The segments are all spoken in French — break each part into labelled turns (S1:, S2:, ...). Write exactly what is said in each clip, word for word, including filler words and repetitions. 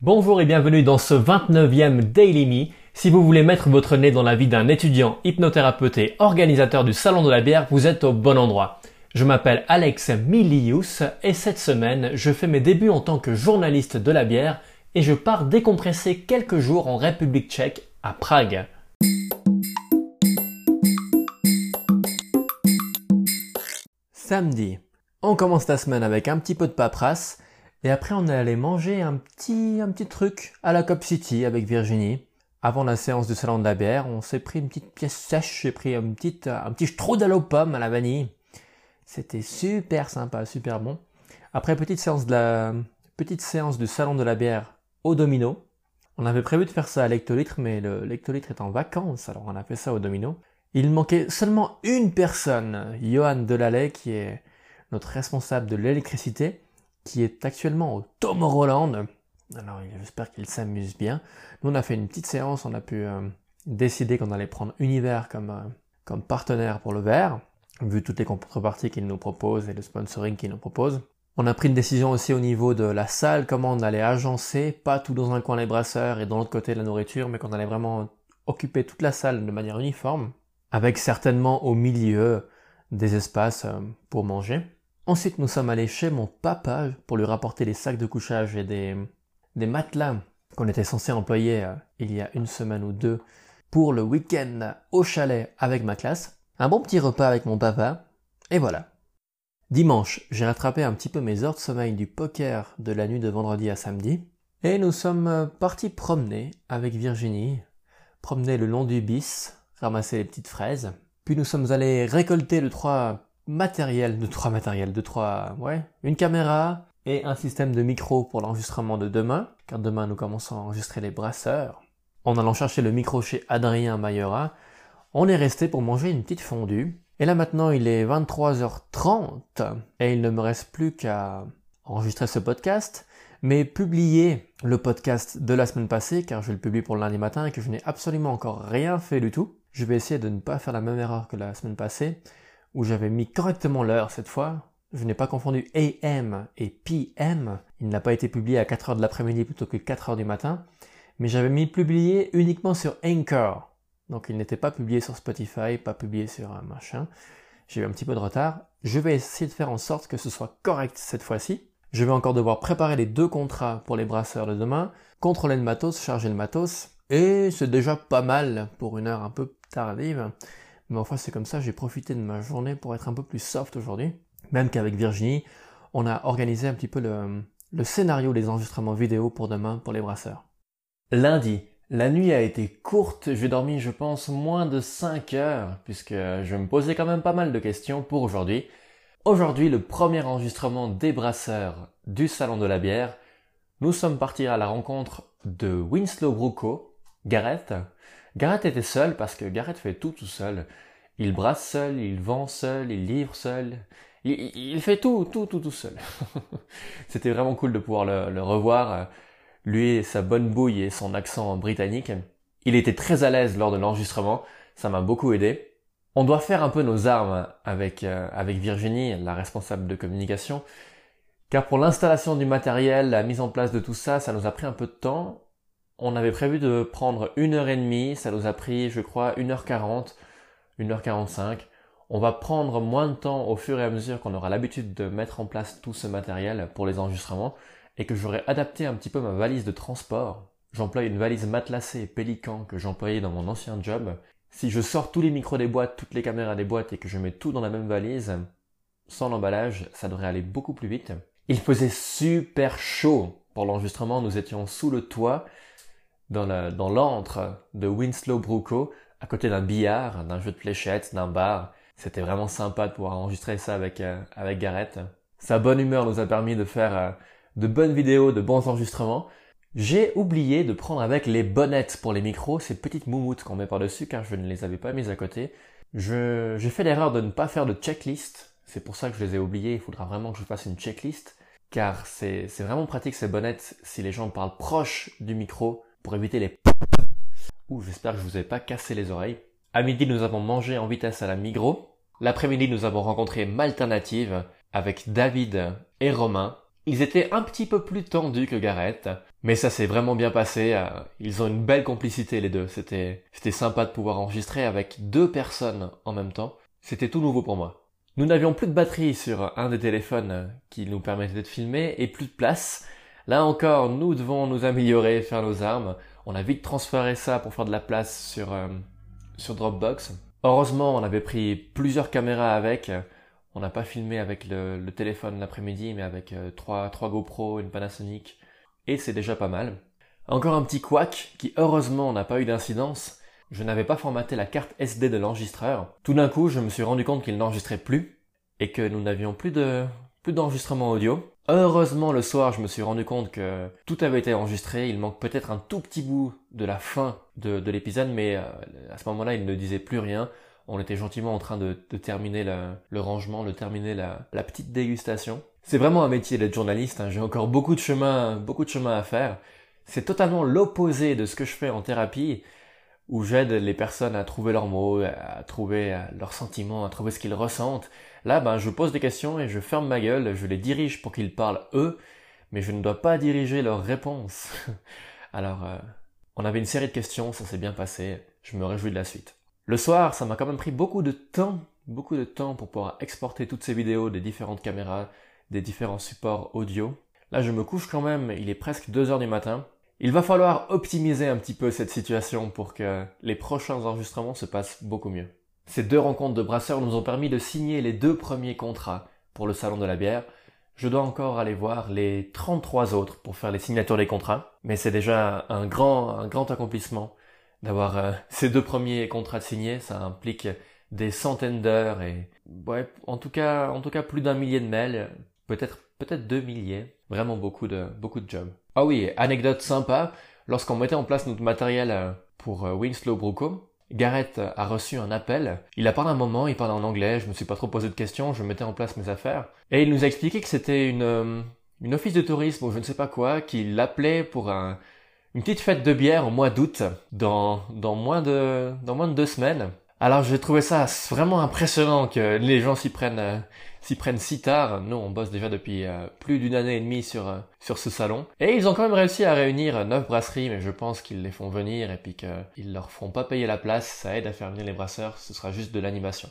S1: Bonjour et bienvenue dans ce vingt-neuvième Daily Me. Si vous voulez mettre votre nez dans la vie d'un étudiant, hypnothérapeute et organisateur du Salon de la bière, vous êtes au bon endroit. Je m'appelle Alex Milius et cette semaine, je fais mes débuts en tant que journaliste de la bière et je pars décompresser quelques jours en République tchèque, à Prague. Samedi, on commence la semaine avec un petit peu de paperasse et après on est allé manger un petit, un petit truc à la Cop City avec Virginie. Avant la séance du salon de la bière, on s'est pris une petite pièce sèche, j'ai pris une petite, un petit strudel aux pommes à la vanille. C'était super sympa, super bon. Après petite séance de la, petite séance du salon de la bière au domino. On avait prévu de faire ça à l'hectolitre, mais le, l'hectolitre est en vacances, alors on a fait ça au domino. Il manquait seulement une personne, Johan Delalay, qui est notre responsable de l'électricité, qui est actuellement au Tomorrowland. Alors j'espère qu'il s'amuse bien. Nous on a fait une petite séance, on a pu euh, décider qu'on allait prendre Univers comme, euh, comme partenaire pour le verre, vu toutes les contreparties qu'il nous propose et le sponsoring qu'il nous propose. On a pris une décision aussi au niveau de la salle, comment on allait agencer, pas tout dans un coin les brasseurs et dans l'autre côté la nourriture, mais qu'on allait vraiment occuper toute la salle de manière uniforme, avec certainement au milieu des espaces euh, pour manger. Ensuite, nous sommes allés chez mon papa pour lui rapporter les sacs de couchage et des, des matelas qu'on était censé employer euh, il y a une semaine ou deux pour le week-end au chalet avec ma classe. Un bon petit repas avec mon papa, et voilà. Dimanche, j'ai rattrapé un petit peu mes heures de sommeil du poker de la nuit de vendredi à samedi, et nous sommes partis promener avec Virginie, promener le long du bis, ramasser les petites fraises, puis nous sommes allés récolter le trois matériels, de trois matériels, de trois, ouais, une caméra et un système de micro pour l'enregistrement de demain, car demain nous commençons à enregistrer les brasseurs. En allant chercher le micro chez Adrien Mayera, on est resté pour manger une petite fondue. Et là maintenant il est vingt-trois heures trente et il ne me reste plus qu'à enregistrer ce podcast, mais publier le podcast de la semaine passée, car je le publie pour le lundi matin et que je n'ai absolument encore rien fait du tout. Je vais essayer de ne pas faire la même erreur que la semaine passée, où j'avais mis correctement l'heure cette fois. Je n'ai pas confondu A M et P M. Il n'a pas été publié à quatre heures de l'après-midi plutôt que quatre heures du matin, mais j'avais mis publié uniquement sur Anchor. Donc il n'était pas publié sur Spotify, pas publié sur un machin. J'ai eu un petit peu de retard. Je vais essayer de faire en sorte que ce soit correct cette fois-ci. Je vais encore devoir préparer les deux contrats pour les brasseurs de demain, contrôler le matos, charger le matos, et c'est déjà pas mal pour une heure un peu tardive. Mais enfin c'est comme ça, j'ai profité de ma journée pour être un peu plus soft aujourd'hui. Même qu'avec Virginie, on a organisé un petit peu le, le scénario des enregistrements vidéo pour demain pour les brasseurs. Lundi. La nuit a été courte, j'ai dormi je pense moins de cinq heures, puisque je me posais quand même pas mal de questions pour aujourd'hui. Aujourd'hui, le premier enregistrement des brasseurs du Salon de la bière. Nous sommes partis à la rencontre de Winslow Bruco, Gareth. Gareth était seul parce que Gareth fait tout tout seul. Il brasse seul, il vend seul, il livre seul. Il, il fait tout, tout, tout, tout seul. C'était vraiment cool de pouvoir le, le revoir. Lui et sa bonne bouille et son accent britannique. Il était très à l'aise lors de l'enregistrement, ça m'a beaucoup aidé. On doit faire un peu nos armes avec, euh, avec Virginie, la responsable de communication, car pour l'installation du matériel, la mise en place de tout ça, ça nous a pris un peu de temps. On avait prévu de prendre une heure et demie, ça nous a pris, je crois, une heure quarante, une heure quarante-cinq. On va prendre moins de temps au fur et à mesure qu'on aura l'habitude de mettre en place tout ce matériel pour les enregistrements, et que j'aurais adapté un petit peu ma valise de transport. J'emploie une valise matelassée et Pélican que j'employais dans mon ancien job. Si je sors tous les micros des boîtes, toutes les caméras des boîtes et que je mets tout dans la même valise, sans l'emballage, ça devrait aller beaucoup plus vite. Il faisait super chaud pour l'enregistrement. Nous étions sous le toit, dans, la, dans l'antre de Winslow Bruco, à côté d'un billard, d'un jeu de fléchettes, d'un bar. C'était vraiment sympa de pouvoir enregistrer ça avec, euh, avec Gareth. Sa bonne humeur nous a permis de faire euh, de bonnes vidéos, de bons enregistrements. J'ai oublié de prendre avec les bonnettes pour les micros, ces petites moumoutes qu'on met par-dessus, car je ne les avais pas mises à côté. Je, j'ai fait l'erreur de ne pas faire de checklist. C'est pour ça que je les ai oubliées. Il faudra vraiment que je fasse une checklist, car c'est, c'est vraiment pratique ces bonnettes si les gens parlent proche du micro pour éviter les Ouh, j'espère que je vous ai pas cassé les oreilles. À midi, nous avons mangé en vitesse à la Migros. L'après-midi, nous avons rencontré Malternative avec David et Romain. Ils étaient un petit peu plus tendus que Gareth, mais ça s'est vraiment bien passé. Ils ont une belle complicité les deux. C'était, c'était sympa de pouvoir enregistrer avec deux personnes en même temps. C'était tout nouveau pour moi. Nous n'avions plus de batterie sur un des téléphones qui nous permettait de filmer et plus de place. Là encore, nous devons nous améliorer, faire nos armes. On a vite transféré ça pour faire de la place sur, euh, sur Dropbox. Heureusement, on avait pris plusieurs caméras avec. On n'a pas filmé avec le, le téléphone l'après-midi, mais avec euh, trois, trois GoPro, une Panasonic. Et c'est déjà pas mal. Encore un petit couac qui heureusement n'a pas eu d'incidence. Je n'avais pas formaté la carte S D de l'enregistreur. Tout d'un coup, je me suis rendu compte qu'il n'enregistrait plus et que nous n'avions plus de plus d'enregistrement audio. Heureusement, le soir, je me suis rendu compte que tout avait été enregistré. Il manque peut-être un tout petit bout de la fin de, de l'épisode, mais euh, à ce moment-là, il ne disait plus rien. On était gentiment en train de, de terminer le, le rangement, de terminer la, la petite dégustation. C'est vraiment un métier d'être journaliste, hein. J'ai encore beaucoup de chemin, beaucoup de chemin à faire. C'est totalement l'opposé de ce que je fais en thérapie, où j'aide les personnes à trouver leurs mots, à trouver leurs sentiments, à trouver ce qu'ils ressentent. Là, ben, je pose des questions et je ferme ma gueule, je les dirige pour qu'ils parlent eux, mais je ne dois pas diriger leurs réponses. Alors, euh, on avait une série de questions, ça s'est bien passé, je me réjouis de la suite. Le soir, ça m'a quand même pris beaucoup de temps, beaucoup de temps pour pouvoir exporter toutes ces vidéos des différentes caméras, des différents supports audio. Là, je me couche quand même, il est presque deux heures du matin. Il va falloir optimiser un petit peu cette situation pour que les prochains enregistrements se passent beaucoup mieux. Ces deux rencontres de brasseurs nous ont permis de signer les deux premiers contrats pour le Salon de la bière. Je dois encore aller voir les trente-trois autres pour faire les signatures des contrats, mais c'est déjà un grand, un grand accomplissement d'avoir euh, ces deux premiers contrats de signés. Ça implique des centaines d'heures et ouais, en tout cas, en tout cas plus d'un millier de mails, peut-être peut-être deux milliers. Vraiment beaucoup de beaucoup de jobs. Ah oui, anecdote sympa, lorsqu'on mettait en place notre matériel pour Winslow Bruco, Gareth a reçu un appel. Il a parlé un moment, il parlait en anglais, je me suis pas trop posé de questions, je mettais en place mes affaires. Et il nous a expliqué que c'était une, une office de tourisme ou je ne sais pas quoi, qui l'appelait pour un, une petite fête de bière au mois d'août, dans, dans moins de, dans moins de deux semaines. Alors j'ai trouvé ça vraiment impressionnant que les gens s'y prennent, euh, s'y prennent si tard. Nous on bosse déjà depuis euh, plus d'une année et demie sur, euh, sur ce salon. Et ils ont quand même réussi à réunir neuf brasseries, mais je pense qu'ils les font venir et puis qu'ils leur feront pas payer la place. Ça aide à faire venir les brasseurs, ce sera juste de l'animation.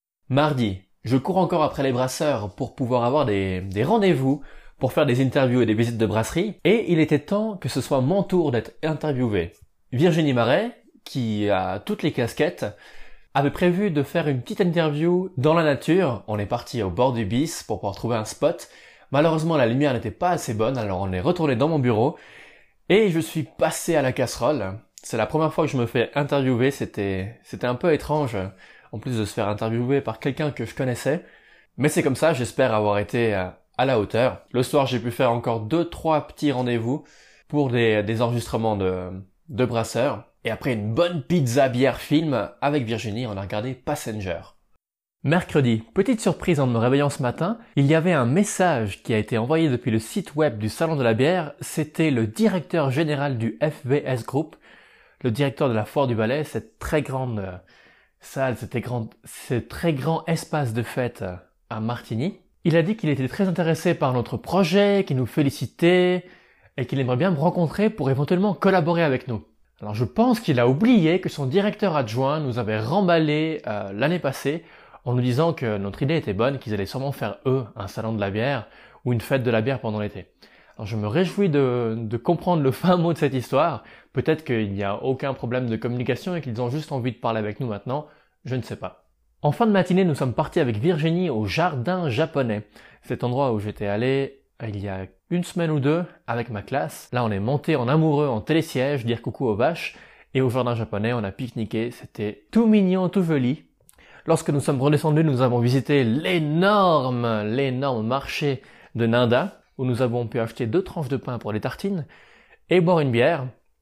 S1: Mardi, je cours encore après les brasseurs pour pouvoir avoir des, des rendez-vous, pour faire des interviews et des visites de brasserie. Et il était temps que ce soit mon tour d'être interviewé. Virginie Marais, qui a toutes les casquettes, avait prévu de faire une petite interview dans la nature. On est parti au bord du bis pour pouvoir trouver un spot. Malheureusement, la lumière n'était pas assez bonne, alors on est retourné dans mon bureau et je suis passé à la casserole. C'est la première fois que je me fais interviewer, c'était c'était un peu étrange, en plus de se faire interviewer par quelqu'un que je connaissais. Mais c'est comme ça, j'espère avoir été à la hauteur. Le soir, j'ai pu faire encore deux, trois petits rendez-vous pour des, des enregistrements de, de brasseurs. Et après une bonne pizza bière film avec Virginie, on a regardé Passenger. Mercredi, petite surprise en me réveillant ce matin, il y avait un message qui a été envoyé depuis le site web du Salon de la bière. C'était le directeur général du F V S Group, le directeur de la Foire du Valais, cette très grande euh, salle, cette grande, ce très grand espace de fête euh, à Martigny. Il a dit qu'il était très intéressé par notre projet, qu'il nous félicitait et qu'il aimerait bien me rencontrer pour éventuellement collaborer avec nous. Alors je pense qu'il a oublié que son directeur adjoint nous avait remballé euh, l'année passée en nous disant que notre idée était bonne, qu'ils allaient sûrement faire eux un salon de la bière ou une fête de la bière pendant l'été. Alors je me réjouis de, de comprendre le fin mot de cette histoire. Peut-être qu'il n'y a aucun problème de communication et qu'ils ont juste envie de parler avec nous maintenant, je ne sais pas. En fin de matinée, nous sommes partis avec Virginie au jardin japonais. Cet endroit où j'étais allé il y a une semaine ou deux avec ma classe. Là, on est monté en amoureux en télésiège, dire coucou aux vaches. Et au jardin japonais, on a pique-niqué. C'était tout mignon, tout joli. Lorsque nous sommes redescendus, nous avons visité l'énorme, l'énorme marché de Nanda, où nous avons pu acheter deux tranches de pain pour les tartines et boire une bière.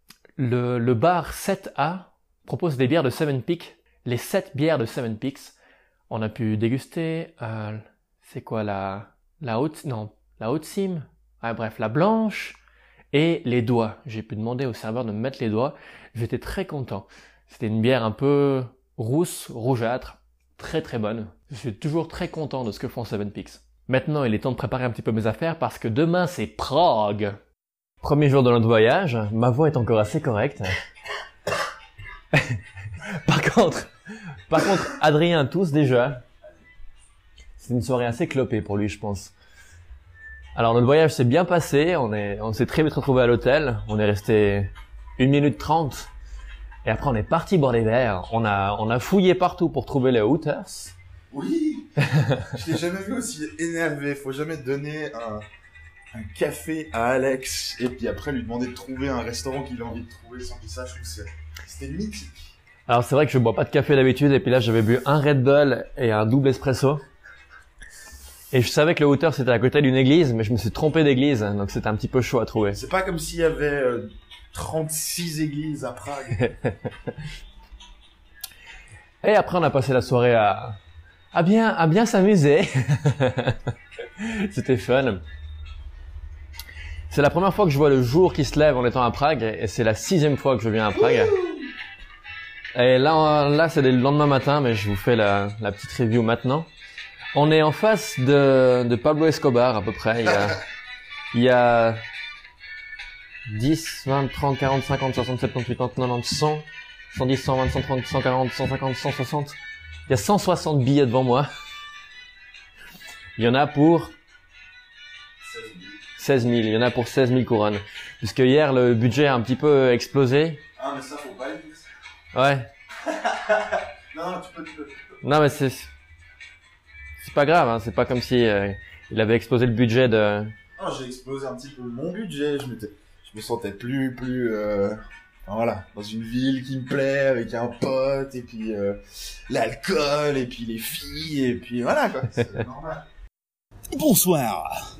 S1: Le, le bar sept A propose des bières de Seven Peaks, les sept bières de Seven Peaks. On a pu déguster, euh, c'est quoi la, la haute, non, la haute cime, ah, bref, la blanche et les doigts. J'ai pu demander au serveur de me mettre les doigts. J'étais très content. C'était une bière un peu rousse, rougeâtre, très très bonne. Je suis toujours très content de ce que font Seven Peaks. Maintenant, il est temps de préparer un petit peu mes affaires parce que demain, c'est Prague. Premier jour de notre voyage, ma voix est encore assez correcte. par contre, par contre, Adrien tousse déjà. C'est une soirée assez clopée pour lui, je pense. Alors, notre voyage s'est bien passé. On est, on s'est très vite retrouvé à l'hôtel. On est resté une minute trente. Et après, on est parti boire des verres. On a, on a fouillé partout pour trouver les Hooters.
S2: Oui. Je l'ai jamais vu aussi énervé. Faut jamais donner un, un café à Alex et puis après lui demander de trouver un restaurant qu'il a envie de trouver sans qu'il sache où c'est. C'était mythique.
S1: Alors, c'est vrai que je bois pas de café d'habitude. Et puis là, j'avais bu un Red Bull et un double espresso. Et je savais que le Hooters c'était à côté d'une église, mais je me suis trompé d'église, donc c'était un petit peu chaud à trouver.
S2: C'est pas comme s'il y avait euh, trente-six églises à Prague.
S1: Et après on a passé la soirée à, à bien, à bien s'amuser. C'était fun. C'est la première fois que je vois le jour qui se lève en étant à Prague, et c'est la sixième fois que je viens à Prague. Et là, là c'est le lendemain matin, mais je vous fais la, la petite review maintenant. On est en face de, de Pablo Escobar à peu près. Il y a, il y a dix, vingt, trente, quarante, cinquante, soixante, soixante-dix, quatre-vingt-dix, cent, cent dix, cent vingt, cent trente, cent quarante, cent cinquante, cent soixante. Il y a cent soixante billets devant moi. Il y en a pour seize mille. Il y en a pour seize mille couronnes. Puisque hier, le budget a un petit peu explosé.
S2: Ah, mais ça, faut pas le dire.
S1: Ouais.
S2: Non, tu peux, tu peux.
S1: Non, mais c'est... C'est pas grave, hein. C'est pas comme si euh, il avait explosé le budget de...
S2: Non, j'ai explosé un petit peu mon budget. Je m'étais, je me sentais plus, plus, euh... enfin, voilà, dans une ville qui me plaît, avec un pote, et puis euh, l'alcool, et puis les filles, et puis voilà quoi. C'est normal.
S3: Bonsoir.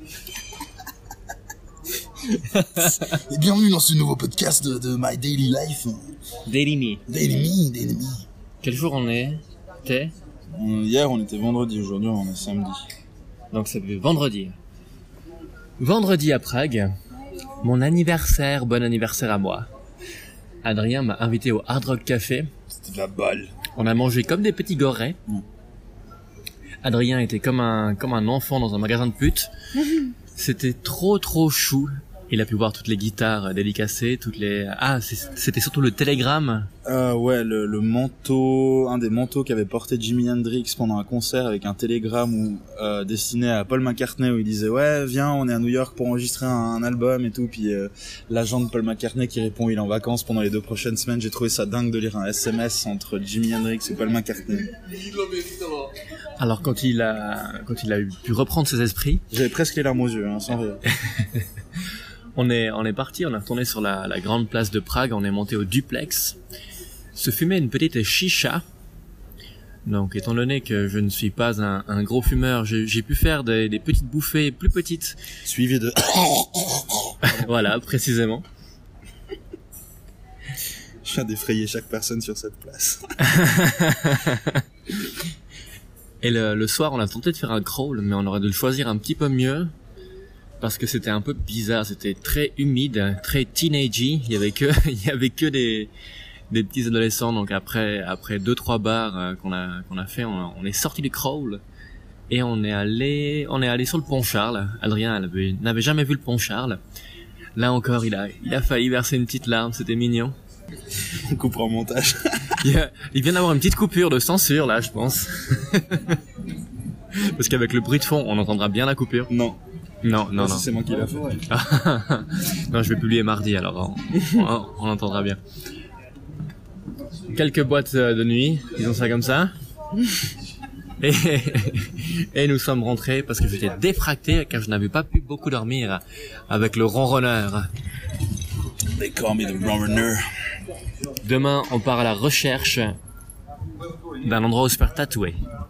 S3: Et bienvenue dans ce nouveau podcast de, de My Daily Life.
S4: Daily Me.
S3: Daily Me, Daily Me.
S4: Quel jour on est? T'es?
S3: Hier on était vendredi, aujourd'hui on est samedi.
S4: Donc ça fait vendredi. Vendredi à Prague, mon anniversaire, bon anniversaire à moi. Adrien m'a invité au Hard Rock Café.
S3: C'était de la balle.
S4: On a mangé comme des petits gorets.
S3: Mm.
S4: Adrien était comme un, comme un enfant dans un magasin de putes. C'était trop trop chou. Il a pu voir toutes les guitares dédicacées, toutes les... Ah, c'était surtout le télégramme.
S3: Euh, ouais, le, le manteau, un des manteaux qu'avait porté Jimi Hendrix pendant un concert avec un télégramme où, euh, destiné à Paul McCartney où il disait ouais viens on est à New York pour enregistrer un, un album et tout, puis euh, l'agent de Paul McCartney qui répond il est en vacances pendant les deux prochaines semaines. J'ai trouvé ça dingue de lire un S M S entre Jimi Hendrix et Paul McCartney.
S4: Alors quand il a quand il a pu reprendre ses esprits,
S3: j'avais presque les larmes aux yeux, hein, sans rire.
S4: On est, on est parti, on est retourné sur la, la grande place de Prague, on est monté au duplex, se fumait une petite chicha. Donc, étant donné que je ne suis pas un, un gros fumeur, j'ai pu faire des, des petites bouffées plus petites.
S3: Suivi de...
S4: Voilà, précisément.
S3: Je viens d'effrayer chaque personne sur cette place.
S4: Et le, le soir, on a tenté de faire un crawl, mais on aurait dû le choisir un petit peu mieux. Parce que c'était un peu bizarre, c'était très humide, très teenagey. Il y avait que, il y avait que des, des petits adolescents. Donc après, après deux trois bars euh, qu'on a, qu'on a fait, on, on est sorti du crawl et on est allé, on est allé sur le pont Charles. Adrien n'avait jamais vu le pont Charles. Là encore, il a, il a failli verser une petite larme. C'était mignon.
S3: On coupera en montage.
S4: il, a, il vient d'avoir une petite coupure de censure là, je pense. Parce qu'avec le bruit de fond, on entendra bien la coupure.
S3: Non.
S4: Non, non,
S3: si
S4: non.
S3: C'est moi qui l'a fait.
S4: Non, je vais publier mardi, alors on, on, on entendra bien. Quelques boîtes de nuit, disons ça comme ça. Et, et nous sommes rentrés parce que j'étais défracté car je n'avais pas pu beaucoup dormir avec le ronronneur.
S3: They call me the ronronneur.
S4: Demain, on part à la recherche d'un endroit où se faire tatouer.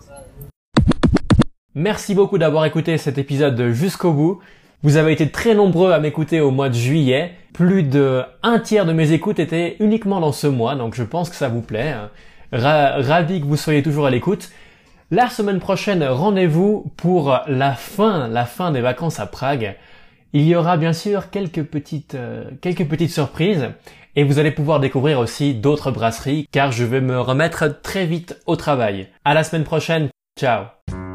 S1: Merci beaucoup d'avoir écouté cet épisode jusqu'au bout. Vous avez été très nombreux à m'écouter au mois de juillet. Plus de un tiers de mes écoutes étaient uniquement dans ce mois, donc je pense que ça vous plaît. Ra- ravi que vous soyez toujours à l'écoute. La semaine prochaine, rendez-vous pour la fin, la fin des vacances à Prague. Il y aura bien sûr quelques petites, euh, quelques petites surprises et vous allez pouvoir découvrir aussi d'autres brasseries car je vais me remettre très vite au travail. À la semaine prochaine. Ciao.